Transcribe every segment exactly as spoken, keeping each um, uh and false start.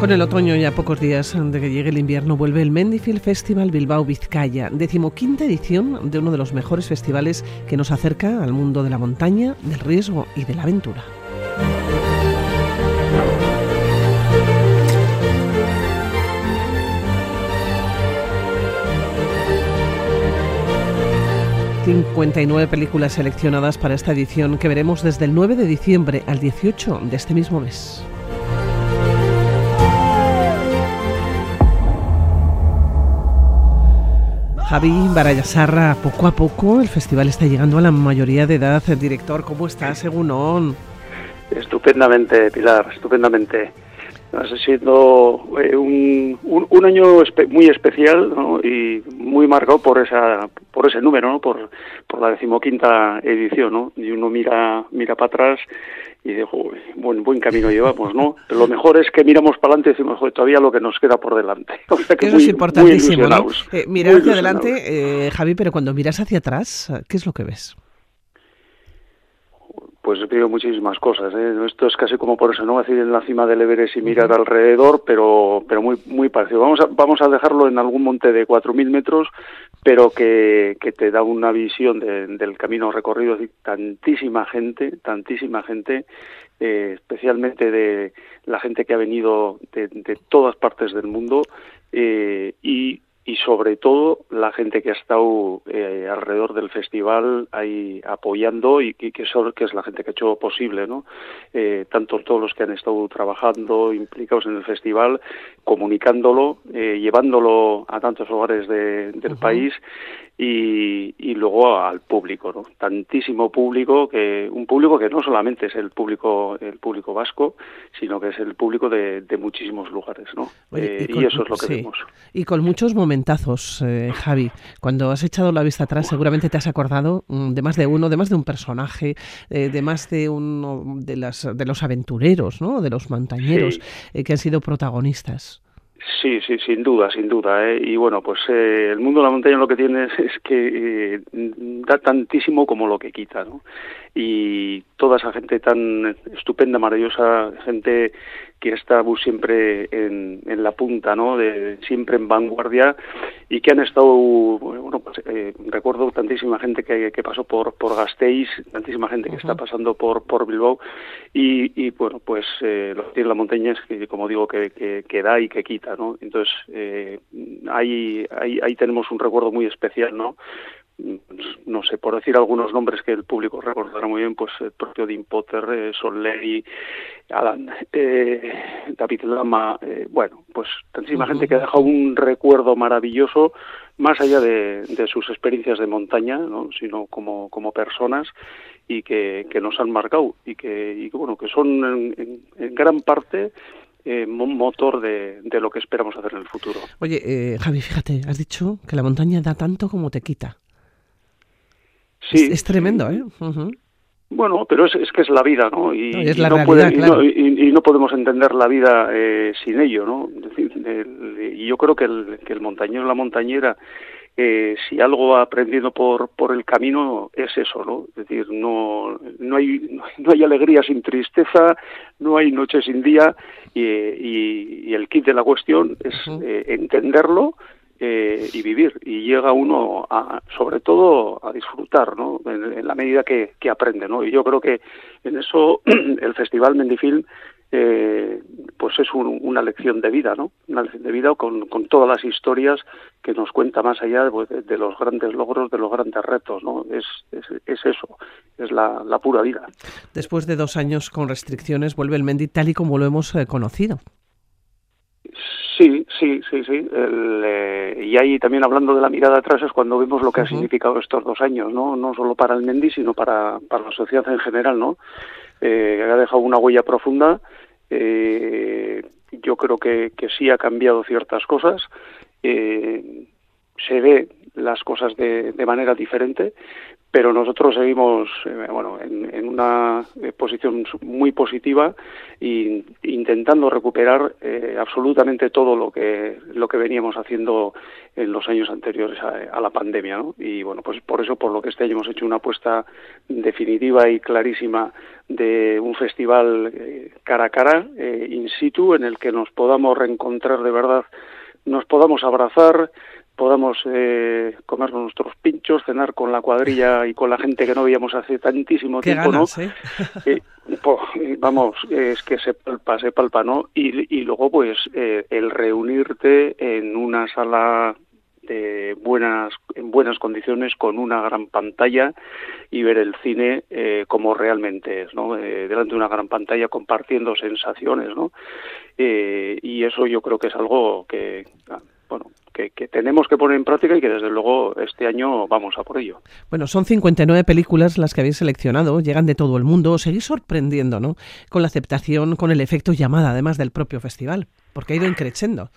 Con el otoño y a pocos días de que llegue el invierno vuelve el Mendifil Festival Bilbao Vizcaya, decimoquinta edición de uno de los mejores festivales que nos acerca al mundo de la montaña, del riesgo y de la aventura. cincuenta y nueve películas seleccionadas para esta edición que veremos desde el nueve de diciembre al dieciocho de este mismo mes. Javi Barayasarra, poco a poco el festival está llegando a la mayoría de edad. El director, ¿cómo estás, Egunon? Estupendamente, Pilar, estupendamente. Ha sido eh, un, un, un año espe muy especial, ¿no? Y muy marcado por esa por ese número, ¿no? por, por la decimoquinta edición, ¿no? Y uno mira mira para atrás y dice, buen, buen camino llevamos, ¿no? Lo mejor es que miramos para adelante y decimos, joder, todavía lo que nos queda por delante. O sea que Eso muy, es importantísimo, ¿no? Eh, mirar muy hacia adelante, eh, Javi, pero cuando miras hacia atrás, ¿qué es lo que ves? Pues veo muchísimas cosas, ¿eh? Esto es casi como por eso, no decir en la cima del Everest y mirar uh-huh. alrededor, pero pero muy muy parecido. Vamos a vamos a dejarlo en algún monte de cuatro mil metros, pero que, que te da una visión de, del camino recorrido. Es decir, tantísima gente, tantísima gente, eh, especialmente de la gente que ha venido de, de todas partes del mundo eh, y y sobre todo la gente que ha estado eh, alrededor del festival ahí apoyando y, y que, son, que es la gente que ha hecho posible, ¿no? Eh, tanto todos los que han estado trabajando, implicados en el festival, comunicándolo, eh, llevándolo a tantos lugares de, del uh-huh. país y, y luego al público, ¿no? Tantísimo público, que un público que no solamente es el público el público vasco, sino que es el público de, de muchísimos lugares, ¿no? Oye, eh, y, con, y eso es lo que sí. vemos. Y con muchos momentazos, eh, Javi. Cuando has echado la vista atrás, seguramente te has acordado mm, de más de uno, de más de un personaje, eh, de más de uno de las de los aventureros, ¿no? De los montañeros sí. eh, que han sido protagonistas. Sí, sí, sin duda, sin duda. ¿eh? Y bueno, pues eh, el mundo de la montaña lo que tiene es, es que eh, da tantísimo como lo que quita, ¿no? Y toda esa gente tan estupenda, maravillosa, gente que está siempre en, en la punta, ¿no? De, siempre en vanguardia y que han estado, bueno, pues, eh, recuerdo tantísima gente que, que pasó por por Gasteiz, tantísima gente que uh-huh. está pasando por por Bilbao y, y bueno, pues eh, lo que tiene la montaña es que, como digo, que, que, que da y que quita, ¿no? Entonces, eh, ahí, ahí, ahí tenemos un recuerdo muy especial, ¿no? No sé, por decir algunos nombres que el público recordará muy bien, pues el propio Dean Potter, eh, Sol Ley, Alan, eh, David Lama, eh, bueno, pues tantísima uh-huh. gente que ha dejado un recuerdo maravilloso, más allá de, de sus experiencias de montaña, ¿no? Sino como, como personas y que, que nos han marcado y que, y que bueno, que son en, en, en gran parte Eh, motor de, de lo que esperamos hacer en el futuro. Oye, eh, Javi, fíjate, has dicho que la montaña da tanto como te quita. Sí. Es, es tremendo, ¿eh? Uh-huh. Bueno, pero es, es que es la vida, ¿no? Y, no, y es y la no realidad, puede, claro. y, no, y, y no podemos entender la vida eh, sin ello, ¿no? Es decir, el, y yo creo que el, que el montañero, la montañera, Eh, si algo ha aprendido por por el camino es eso, ¿no? Es decir, no no hay no hay alegría sin tristeza, no hay noche sin día y, y, y el kit de la cuestión es uh-huh. eh, entenderlo eh, y vivir y llega uno a, sobre todo a disfrutar, ¿no? En, en la medida que, que aprende, ¿no? Y yo creo que en eso el Festival Mendifilm Eh, pues es un, una lección de vida, ¿no? Una lección de vida con, con todas las historias que nos cuenta más allá de, de los grandes logros, de los grandes retos, ¿no? Es, es, es eso, es la, la pura vida. Después de dos años con restricciones, vuelve el Mendi tal y como lo hemos eh, conocido. Sí, sí, sí, sí. El, eh, y ahí también hablando de la mirada atrás es cuando vemos lo que uh-huh. ha significado estos dos años, ¿no? No solo para el Mendi, sino para, para la sociedad en general, ¿no? Eh, ha dejado una huella profunda. Eh, yo creo que, que sí ha cambiado ciertas cosas. Eh, se ve las cosas de, de manera diferente, pero nosotros seguimos eh, bueno en, en una eh, posición muy positiva e intentando recuperar eh, absolutamente todo lo que lo que veníamos haciendo en los años anteriores a, a la pandemia, ¿no? Y bueno, pues por eso, por lo que este año hemos hecho una apuesta definitiva y clarísima de un festival eh, cara a cara, eh, in situ, en el que nos podamos reencontrar de verdad, nos podamos abrazar, podamos eh, comer nuestros pinchos, cenar con la cuadrilla y con la gente que no veíamos hace tantísimo Qué tiempo, ganas, ¿no? ¿eh? Eh, pues, vamos, es que se palpa, se palpa, ¿no? Y, y luego, pues, eh, el reunirte en una sala de buenas, en buenas condiciones, con una gran pantalla, y ver el cine eh, como realmente es, ¿no? Eh, delante de una gran pantalla, compartiendo sensaciones, ¿no? Eh, y eso yo creo que es algo que, bueno, que, que tenemos que poner en práctica y que desde luego este año vamos a por ello. Bueno, son cincuenta y nueve películas las que habéis seleccionado, llegan de todo el mundo, os seguís sorprendiendo, ¿no? Con la aceptación, con el efecto llamada, además del propio festival, porque ha ido increciendo.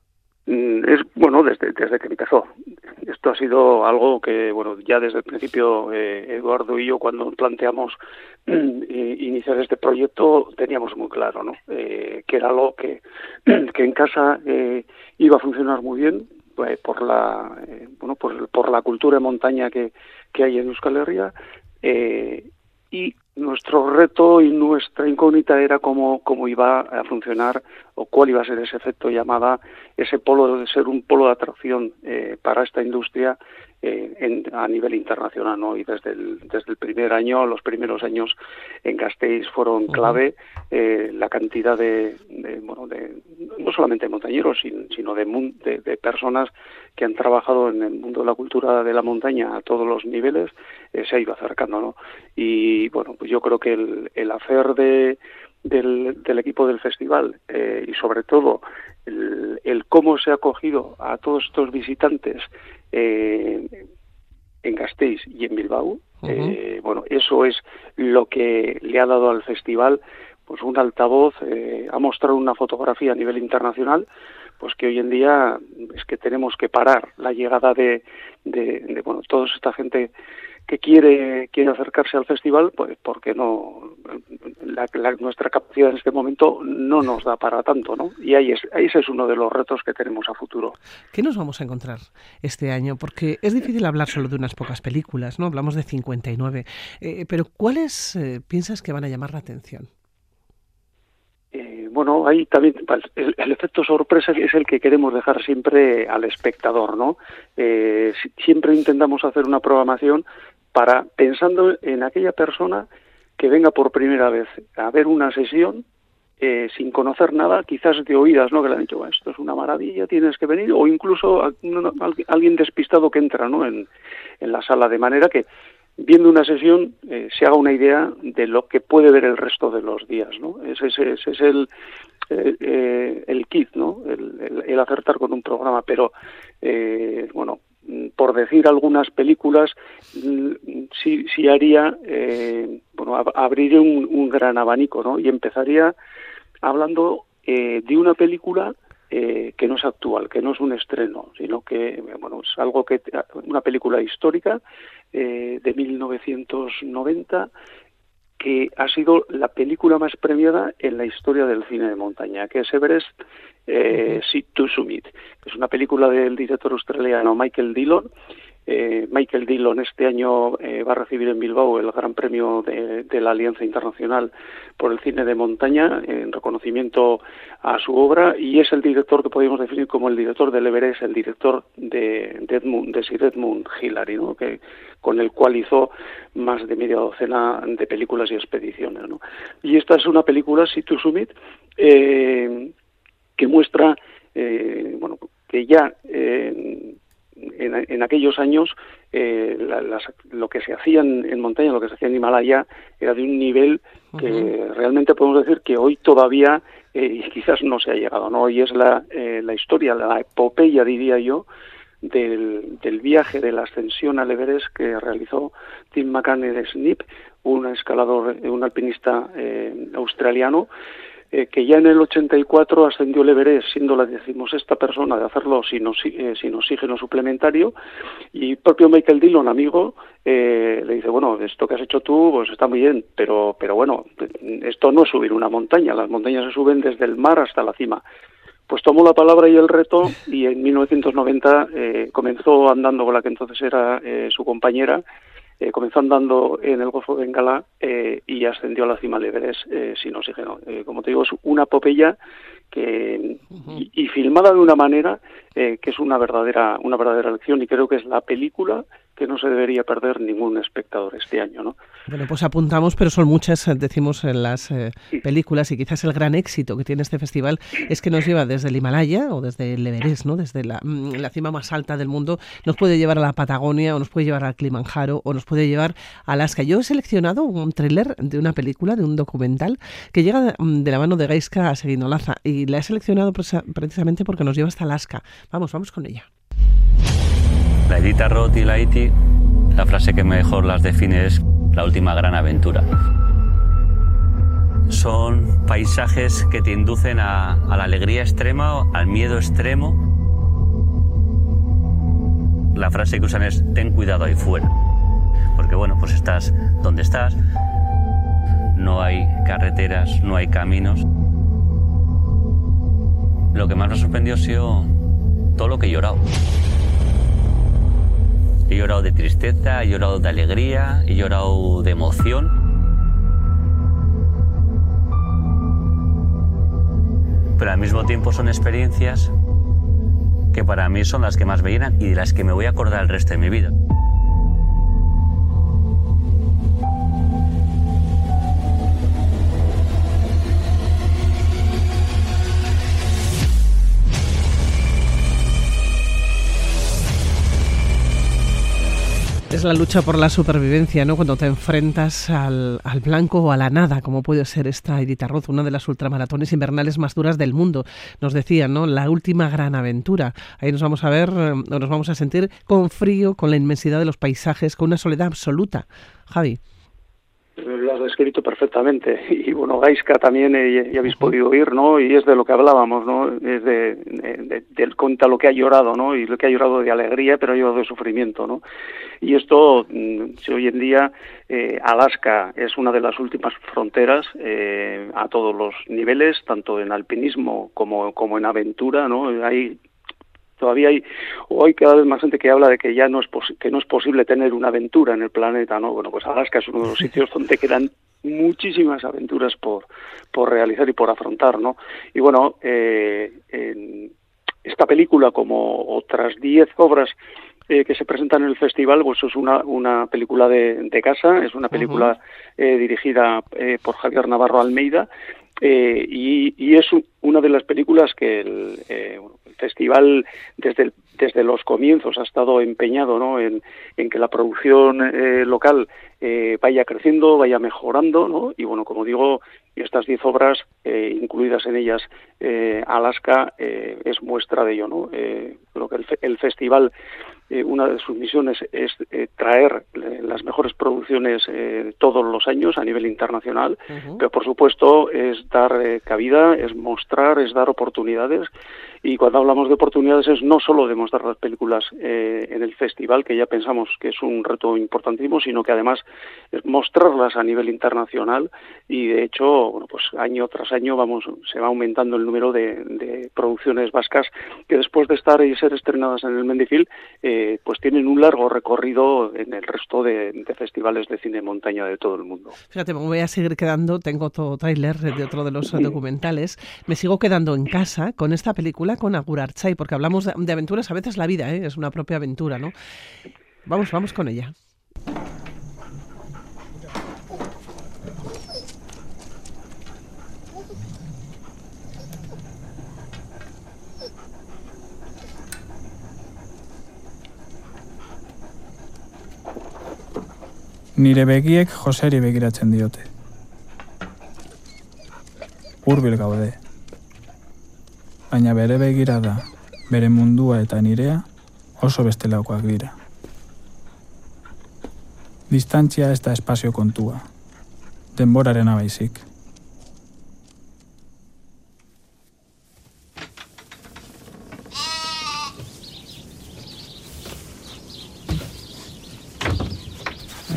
Es bueno, desde, desde que empezó. Esto ha sido algo que, bueno, ya desde el principio eh, Eduardo y yo, cuando planteamos eh, iniciar este proyecto, teníamos muy claro, ¿no? Eh, que era algo que, que en casa eh, iba a funcionar muy bien, eh, por la eh, bueno por, por la cultura de montaña que, que hay en Euskal Herria, eh, y nuestro reto y nuestra incógnita era cómo, cómo iba a funcionar o cuál iba a ser ese efecto llamada, ese polo de ser un polo de atracción eh, para esta industria eh, en, a nivel internacional, ¿no? Y desde el, desde el primer año, los primeros años en Gasteiz fueron clave, eh, la cantidad de, de, bueno, de no solamente de montañeros, sino de, de, de personas que han trabajado en el mundo de la cultura de la montaña a todos los niveles, eh, se ha ido acercando, ¿no? Y bueno, pues yo creo que el, el hacer de Del, del equipo del festival eh, y sobre todo el, el cómo se ha acogido a todos estos visitantes eh, en Gasteiz y en Bilbao, uh-huh. eh, bueno, eso es lo que le ha dado al festival pues un altavoz, eh, ha mostrado una fotografía a nivel internacional, pues que hoy en día es que tenemos que parar la llegada de, de, de bueno, toda esta gente que quiere quiere acercarse al festival, pues porque no la, la, nuestra capacidad en este momento no nos da para tanto, ¿no? Y ahí es, ahí ese es uno de los retos que tenemos a futuro. ¿Qué nos vamos a encontrar este año? Porque es difícil hablar solo de unas pocas películas, ¿no? Hablamos de cincuenta y nueve, eh, pero ¿cuáles eh, piensas que van a llamar la atención? Eh, bueno, ahí también el, el efecto sorpresa es el que queremos dejar siempre al espectador, ¿no? Eh, siempre intentamos hacer una programación para pensando en aquella persona que venga por primera vez a ver una sesión eh, sin conocer nada, quizás de oídas, ¿no? Que le han dicho, esto es una maravilla, tienes que venir, o incluso a, a, a alguien despistado que entra, ¿no? En, en la sala, de manera que viendo una sesión eh, se haga una idea de lo que puede ver el resto de los días, ¿no? Ese, ese, ese es el eh, eh, el kit, ¿no? El, el, el acertar con un programa, pero eh, bueno, por decir algunas películas, sí, sí haría, eh, bueno, ab- abriría un, un gran abanico, ¿no? Y empezaría hablando eh, de una película eh, que no es actual, que no es un estreno, sino que, bueno, es algo que, una película histórica eh, de mil novecientos noventa, que ha sido la película más premiada en la historia del cine de montaña, que es Everest, eh, Seek to Summit. Es una película del director australiano Michael Dillon. Eh, Michael Dillon este año eh, va a recibir en Bilbao el Gran Premio de, de la Alianza Internacional por el cine de montaña en reconocimiento a su obra, y es el director que podemos definir como el director del Everest, el director de, de, Edmund, de Sir Edmund Hillary, ¿no? Que, con el cual hizo más de media docena de películas y expediciones, ¿no? Y esta es una película, Seek to Summit, eh, que muestra, eh, bueno, que ya eh, en, en aquellos años eh, la, las, lo que se hacía en, en montaña, lo que se hacía en Himalaya, era de un nivel que uh-huh. realmente podemos decir que hoy todavía eh, quizás no se ha llegado, ¿no? Y es la, eh, la historia, la epopeya, diría yo, del, del viaje de la ascensión al Everest que realizó Tim McCann de Snip, un escalador, un alpinista eh, australiano, eh, que ya en el ochenta y cuatro ascendió el Everest, siendo la decimosexta persona de hacerlo sin, oxi- eh, sin oxígeno suplementario, y propio Michael Dillon, amigo, eh, le dice, bueno, esto que has hecho tú, pues está muy bien, pero, pero bueno, esto no es subir una montaña, las montañas se suben desde el mar hasta la cima. Pues tomó la palabra y el reto, y en mil novecientos noventa eh, comenzó andando con la que entonces era eh, su compañera, eh, comenzó andando en el Golfo de Bengala eh, y ascendió a la cima del Everest eh, sin oxígeno. Eh, como te digo, es una epopeya que y, y filmada de una manera eh, que es una verdadera una verdadera lección, y creo que es la película que no se debería perder ningún espectador este año, ¿no? Bueno, pues apuntamos, pero son muchas, decimos, en las eh, películas, y quizás el gran éxito que tiene este festival es que nos lleva desde el Himalaya o desde el Everest, ¿no? Desde la, la cima más alta del mundo, nos puede llevar a la Patagonia, o nos puede llevar al Kilimanjaro, o nos puede llevar a Alaska. Yo he seleccionado un tráiler de una película, de un documental, que llega de la mano de Gaizka Seguinolaza, y la he seleccionado precisamente porque nos lleva hasta Alaska. Vamos, vamos con ella. La Edita Roth y la Iti, la frase que mejor las define es la última gran aventura. Son paisajes que te inducen a, a la alegría extrema, al miedo extremo. La frase que usan es ten cuidado ahí fuera, porque bueno, pues estás donde estás, no hay carreteras, no hay caminos. Lo que más me ha sorprendido ha sido todo lo que he llorado. He llorado de tristeza, he llorado de alegría, he llorado de emoción. Pero al mismo tiempo son experiencias que para mí son las que más me llenan y de las que me voy a acordar el resto de mi vida. Es la lucha por la supervivencia, ¿no? Cuando te enfrentas al, al blanco o a la nada, como puede ser esta Edita Roth, una de las ultramaratones invernales más duras del mundo. Nos decían, ¿no? La última gran aventura. Ahí nos vamos a ver, eh, nos vamos a sentir con frío, con la inmensidad de los paisajes, con una soledad absoluta. Javi. Lo has descrito perfectamente, y bueno, Gaizka también eh, ya habéis uh-huh. podido oír, ¿no? Y es de lo que hablábamos, ¿no? Es de, de, de, de cuenta lo que ha llorado, ¿no? Y lo que ha llorado de alegría, pero ha llorado de sufrimiento, ¿no? Y esto, si hoy en día eh, Alaska es una de las últimas fronteras eh, a todos los niveles, tanto en alpinismo como, como en aventura, ¿no? Hay Todavía hay, o hay cada vez más gente que habla de que ya no es posi- que no es posible tener una aventura en el planeta, ¿no? Bueno, pues Alaska es uno de los sitios donde quedan muchísimas aventuras por por realizar y por afrontar, ¿no? Y bueno, eh, en esta película, como otras diez obras eh, que se presentan en el festival, pues es una una película de, de casa, es una película uh-huh. eh, dirigida eh, por Javier Navarro Almeida. Eh, y, y es una de las películas que el, eh, bueno, el festival desde el, desde los comienzos ha estado empeñado, ¿no? en, en que la producción eh, local eh, vaya creciendo, vaya mejorando, ¿no? Y bueno, como digo, estas diez obras, eh, incluidas en ellas eh, Alaska, eh, es muestra de ello, ¿no? Eh, lo que el, el festival, eh, una de sus misiones es eh, traer eh, las mejores producciones eh, todos los años a nivel internacional, uh-huh. pero por supuesto es dar eh, cabida, es mostrar, es dar oportunidades, y cuando hablamos de oportunidades es no solo demostrar las películas eh, en el festival, que ya pensamos que es un reto importantísimo, sino que además es mostrarlas a nivel internacional, y de hecho, bueno, pues año tras año vamos se va aumentando el número de, de producciones vascas que después de estar y ser estrenadas en el Mendifil, eh, pues tienen un largo recorrido en el resto de, de festivales de cine de montaña de todo el mundo. Fíjate, me voy a seguir quedando, tengo otro tráiler de otro de los sí. documentales, me sigo quedando en casa con esta película, con Agur Artxai, porque hablamos de, de aventuras, a veces la vida ¿eh? es una propia aventura, ¿no? Vamos, vamos con ella. Nire begiek Joseri begiratzen diote. Hurbil gaude. Baina bere begirada, bere mundua eta nirea oso bestelakoak dira. Distantzia ez da espazio kontua, denborarena baizik.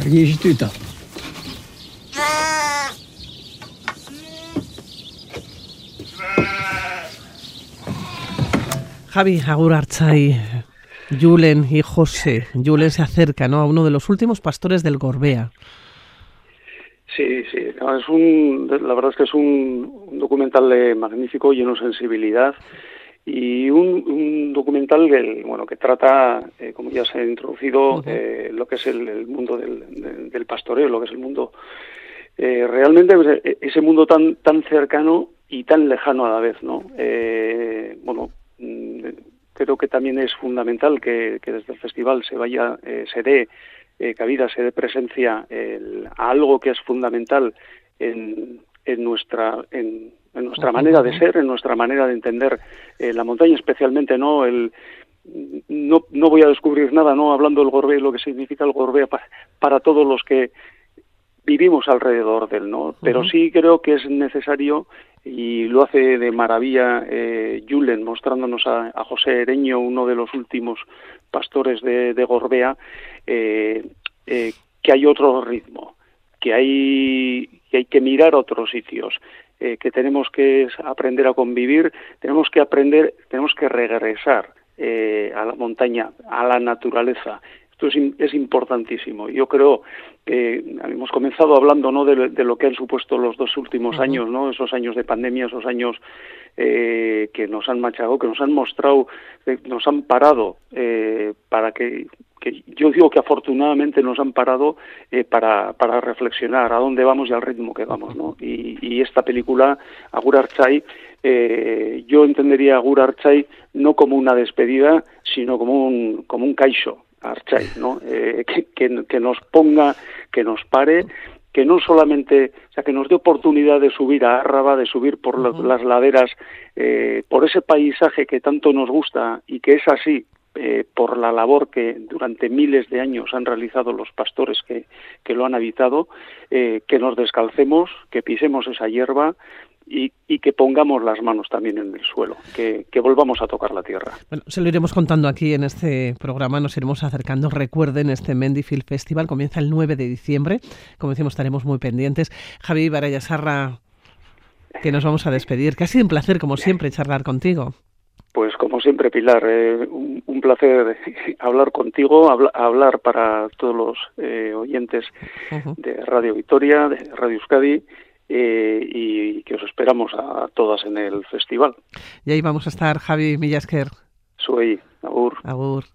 argiztuta. Javi, agur Artxai, Julen y José. Julen se acerca, ¿no?, a uno de los últimos pastores del Gorbea. Sí, sí, es un, la verdad es que es un, un documental eh, magnífico, lleno de sensibilidad, y un, un documental que, bueno, que trata, eh, como ya se ha introducido, uh-huh. eh, lo que es el, el mundo del, del, del pastoreo, lo que es el mundo, eh, realmente ese mundo tan tan cercano y tan lejano a la vez, ¿no? Eh, bueno, creo que también es fundamental que, que desde el festival se vaya, eh, se dé eh, cabida, se dé presencia el, a algo que es fundamental en, en nuestra en, en nuestra uh-huh. manera de ser, en nuestra manera de entender eh, la montaña, especialmente, ¿no? El no no voy a descubrir nada, no hablando del Gorbea y lo que significa el Gorbea para, para todos los que vivimos alrededor de él, ¿no? Pero uh-huh. sí creo que es necesario, y lo hace de maravilla eh, Julen, mostrándonos a, a José Ereño, uno de los últimos pastores de, de Gorbea, eh, eh, que hay otro ritmo, que hay que hay que mirar otros sitios, eh, que tenemos que aprender a convivir, tenemos que aprender, tenemos que regresar eh, a la montaña, a la naturaleza. Esto es, es importantísimo. Yo creo que eh, hemos comenzado hablando, ¿no?, de, de lo que han supuesto los dos últimos uh-huh. años, ¿no?, esos años de pandemia, esos años eh, que nos han machacado, que nos han mostrado, eh, nos han parado eh, para que, que yo digo que afortunadamente nos han parado eh, para, para reflexionar a dónde vamos y al ritmo que vamos, ¿no? Y, y esta película, Agur Artxai, eh, yo entendería Agur Artxai no como una despedida, sino como un como un kaixo Artxai, ¿no? Eh, que, que, que nos ponga, que nos pare, que no solamente, o sea, que nos dé oportunidad de subir a Árraba, de subir por uh-huh. las laderas, eh, por ese paisaje que tanto nos gusta y que es así, eh, por la labor que durante miles de años han realizado los pastores que, que lo han habitado, eh, que nos descalcemos, que pisemos esa hierba, Y, y que pongamos las manos también en el suelo, que, que volvamos a tocar la tierra. Bueno, se lo iremos contando aquí en este programa, nos iremos acercando. Recuerden, este Mendi Film Festival comienza el nueve de diciembre, como decimos, estaremos muy pendientes. Javi Barayasarra, que nos vamos a despedir, que ha sido un placer, como siempre, charlar contigo. Pues como siempre, Pilar, eh, un, un placer hablar contigo, habla, hablar para todos los eh, oyentes uh-huh. de Radio Vitoria, de Radio Euskadi, Eh, y que os esperamos a todas en el festival. Y ahí vamos a estar, Javi, mila esker. Zuei, agur. Agur.